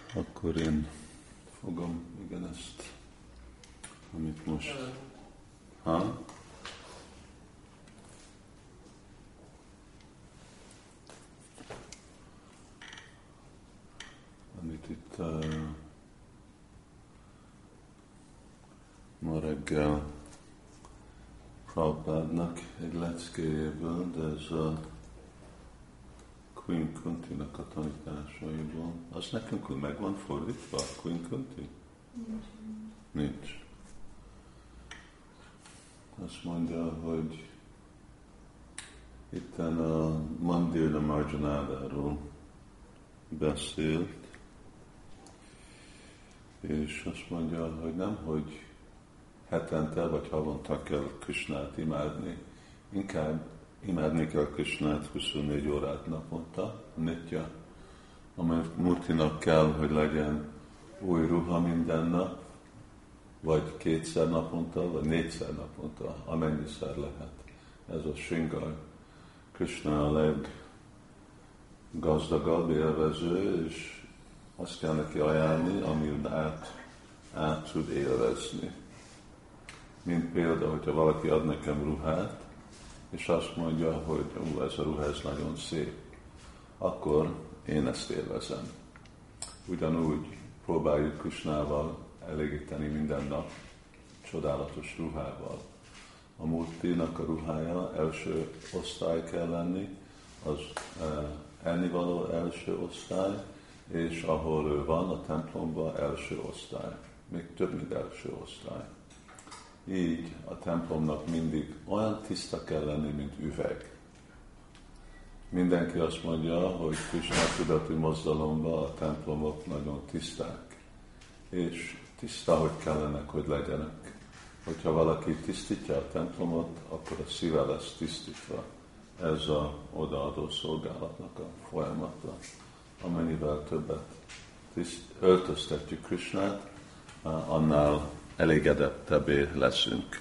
Akkor én fogom, igen, ezt, amit most... Ha? Amit itt ma reggel Prabhupádnak egy leckéjéből, de ez a Queen Kuntinak a tanításaiból. Az nekünk meg van fordítva, Queen Kunti? Nincs. Azt mondja, hogy itten a Mandir Marjanádáról beszélt, és azt mondja, hogy nem, hogy hetente vagy havonta kell Krishnát imádni, inkább imádni kell Krishnát 24 órát naponta, nitya, amely Murtinak kell, hogy legyen új ruha minden nap, vagy 2-szer naponta, vagy 4-szer naponta, amennyiszer lehet. Ez a Sringar. Krishna a leggazdagabb élvező, és azt kell neki ajánlni, amit át tud élvezni. Mint példa, hogyha valaki ad nekem ruhát, és azt mondja, hogy ez a ruha ez nagyon szép, akkor én ezt élvezem. Ugyanúgy próbáljuk Krishnával elégíteni minden nap csodálatos ruhával. A Murtinak a ruhája első osztály kell lenni, az ennivaló első osztály, és ahol ő van, a templomban első osztály. Még több, mint első osztály. Így a templomnak mindig olyan tiszta kell lenni, mint üveg. Mindenki azt mondja, hogy Krishna tudatú mozdalomban a templomok nagyon tiszták. És tiszta, hogy kellenek, hogy legyenek. Hogyha valaki tisztítja a templomot, akkor a szíve lesz tisztítva. Ez az odaadó szolgálatnak a folyamata. Amennyivel többet öltöztetjük Krishnát, annál elégedettebbé leszünk.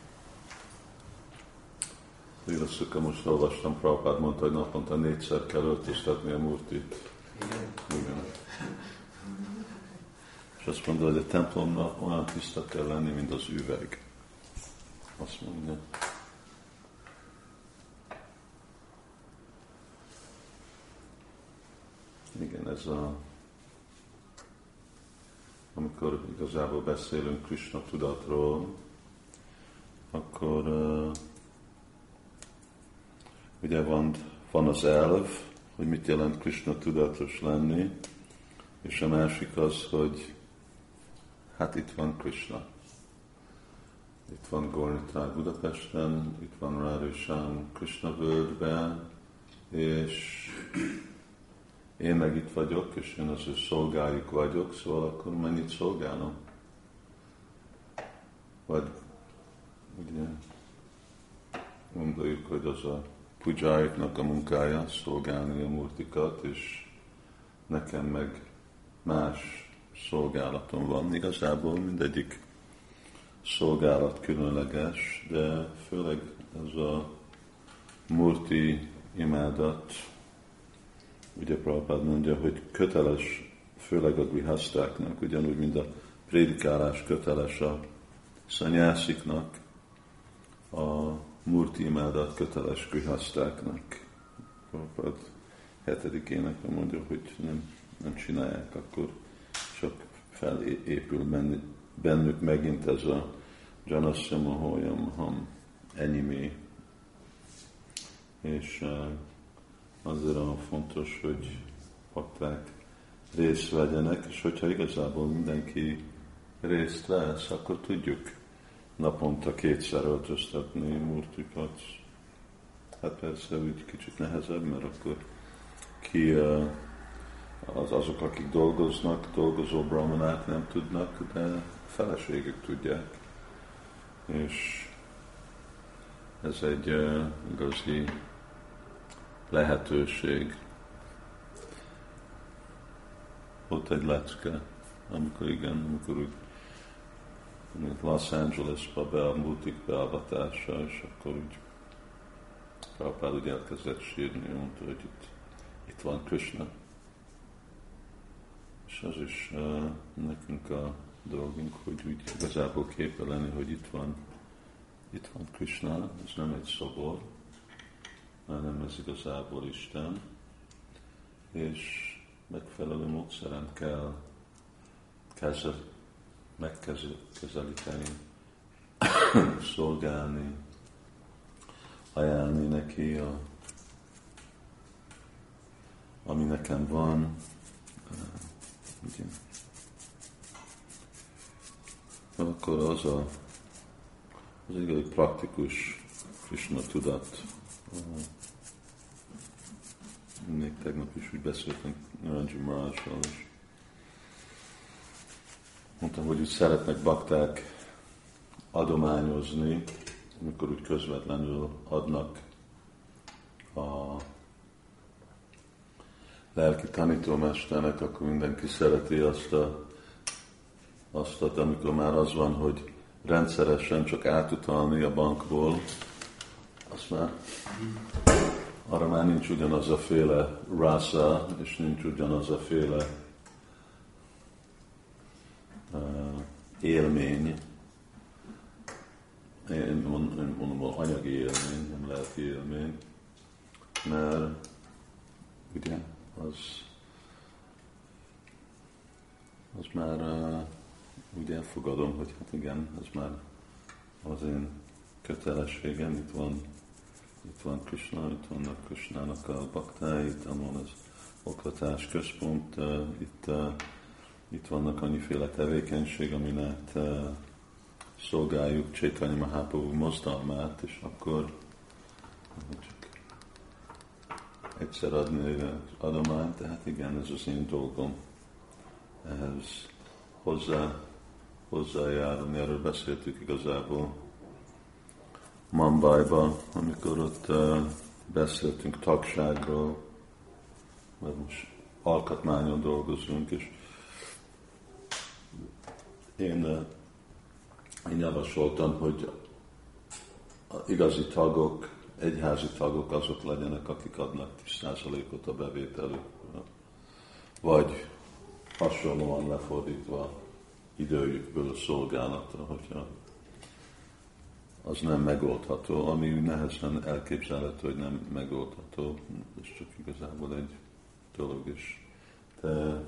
Víruszuka most olvastam, Prabhupád mondta, hogy naponta 4-szer kell öltöztetni a Murtit. Igen. És azt mondta, hogy a templomnak olyan tiszta kell lenni, mint az üveg. Azt mondja. Igen, ez amikor igazából beszélünk Krishna tudatról, akkor ugye van az elv, hogy mit jelent Krishna tudatos lenni, és a másik az, hogy hát itt van Krishna. Itt van Gaurnitáj Budapesten, itt van Radha-shyam Krishna völgyben, és én meg itt vagyok, és én az ő szolgájuk vagyok, szóval akkor mennyit szolgálom? Vagy ugye gondoljuk, hogy az a pujáiknak a munkája szolgálni a murtikat, és nekem meg más szolgálatom van. Igazából mindegyik szolgálat különleges, de főleg ez a murti imádat, ugye Prabhupád mondja, hogy köteles, főleg a grihasztáknak, ugyanúgy, mint a prédikálás köteles a szanyásziknak, a murti imádat köteles grihasztáknak. Prabhupád 7. énekben mondja, hogy nem csinálják, akkor csak felépül bennük megint ez a Janasya Mahoyam Ham enyimé. És azért olyan fontos, hogy pakták részt vegyenek, és hogyha igazából mindenki részt vesz, akkor tudjuk naponta 2-szer öltöztetni murtikat. Hát persze úgy kicsit nehezebb, mert akkor ki azok, akik dolgoznak, dolgozó brahmanák nem tudnak, de feleségek tudják. És ez egy igazi lehetőség. Ott egy lecke, amikor úgy Los Angelesba be a multik beavatása, és akkor úgy Prabhupád úgy elkezdett sírni, mondta, hogy itt van Krishna. És És az is nekünk a dolgunk, hogy úgy igazából képbe lenni, hogy itt van Krishna, ez nem egy szobor, hanem ez igazából Isten, és megfelelő módszeren kell megközelíteni, szolgálni, ajánlni neki, ami nekem van. Ugye. Akkor az igazi praktikus Krishna tudat. Még tegnap is úgy beszéltünk Naranji Maharajjal, és mondtam, hogy úgy szeretnek bakták adományozni, amikor úgy közvetlenül adnak a lelki tanítómesternek, akkor mindenki szereti azt, amikor már az van, hogy rendszeresen csak átutalni a bankból, azt már arra már nincs ugyanaz a féle rasa, és nincs ugyanaz a féle élmény. Én mondom, anyagi élmény, nem lelki élmény, mert ugye az már úgy elfogadom, hogy hát igen, ez már az én kötelességem, itt van Krishna, itt vannak Krishnának a baktái, itt van az oktatás központ, itt vannak annyiféle tevékenység, aminek szolgáljuk Chaitanya Mahaprabhu mozdalmát, és akkor csak egyszer adni az adományt, tehát igen, ez az én dolgom. Ehhez hozzájárulni, erről beszéltük igazából Mumbaiba, amikor ott beszéltünk tagságról, mert most alkotmányon dolgozunk, és én javasoltam, hogy igazi tagok, egyházi tagok azok legyenek, akik adnak 10%-ot a bevételükről, vagy hasonlóan lefordítva időjükből szolgálatra, hogyha az nem megoldható, ami nehezen elképzelhető, hogy nem megoldható, ez csak igazából egy dolog is. De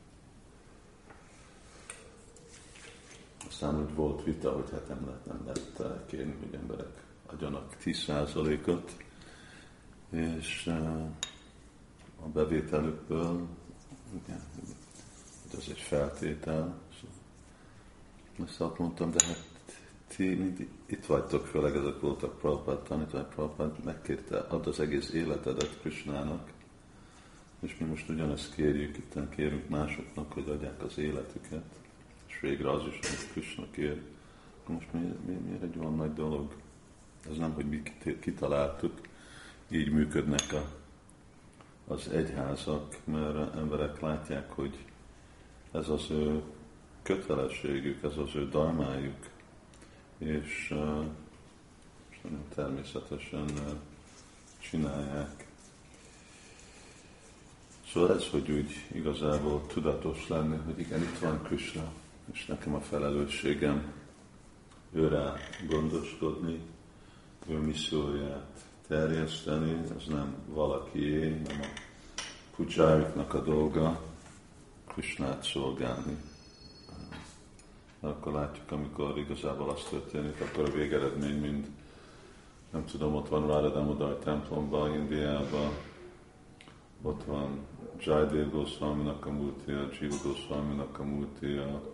aztán úgy volt vita, hogy hát nem lehet kérni, hogy emberek adjanak 10%-ot, és a bevételükből, igen, ez egy feltétel. Azt azt mondtam, de hát ti itt vagytok, főleg ezek voltak Prabhupád tanítvány, Prabhupád megkérte, add az egész életedet Krishnának, és mi most ugyanezt kérjük, itten kérünk másoknak, hogy adják az életüket, és végre az is, amit Krishna kér. Most miért egy olyan nagy dolog? Ez nem, hogy mi kitaláltuk, így működnek az egyházak, mert emberek látják, hogy ez az ő kötelességük, ez az ő dharmájuk, és természetesen csinálják. Szóval ez, hogy úgy igazából tudatos lenni, hogy igen, itt van Krishna, és nekem a felelősségem őrá gondoskodni, ő misszióját terjeszteni, ez nem valakié, nem a pudzsáriknak a dolga, Krishnát szolgálni. Akkor látjuk, amikor igazából az történik, akkor a végeredmény mind, nem tudom, ott van Radha Damodar templomban, Indiában, ott van Jaydev Goswaminak a múltja, Jiva Goswaminak a múltja,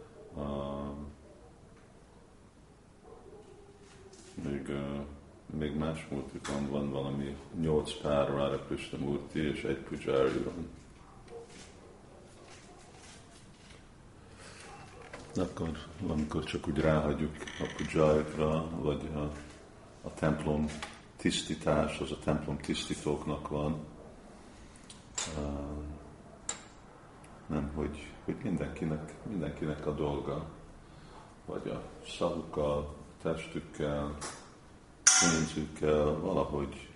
még más múltik van valami 8 pár Radha Krishna múlti, és egy pujári van. Akkor valamikor csak úgy ráhagyjuk a pujáikra, vagy a templom tisztítás, az a templom tisztítóknak van. Nem, hogy mindenkinek a dolga, vagy a szavukkal, testükkel, pénzükkel valahogy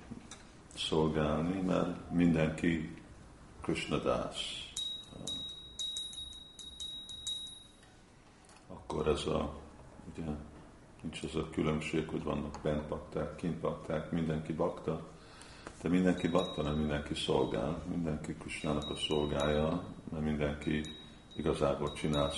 szolgálni, mert mindenki Krishna dász. akkor ugye, nincs ez a különbség, hogy vannak bent bakták, kint bakták, mindenki bakta, de mindenki bakta, nem mindenki szolgál, mindenki Krisnának a szolgája, mert mindenki igazából csinál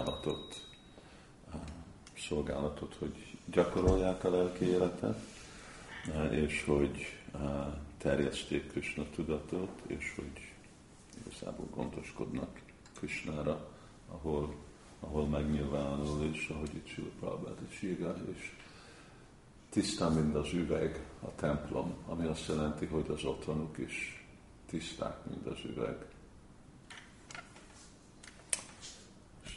szolgálatot, hogy gyakorolják a lelki életet, és hogy terjeszték Krishna tudatot, és hogy igazából gondoskodnak Krishnára, ahol megnyilvánul, és ahogy itt Srila Prabhupád is írja, és tisztán, mint az üveg a templom, ami azt jelenti, hogy az otthonuk is tiszták, mint az üveg.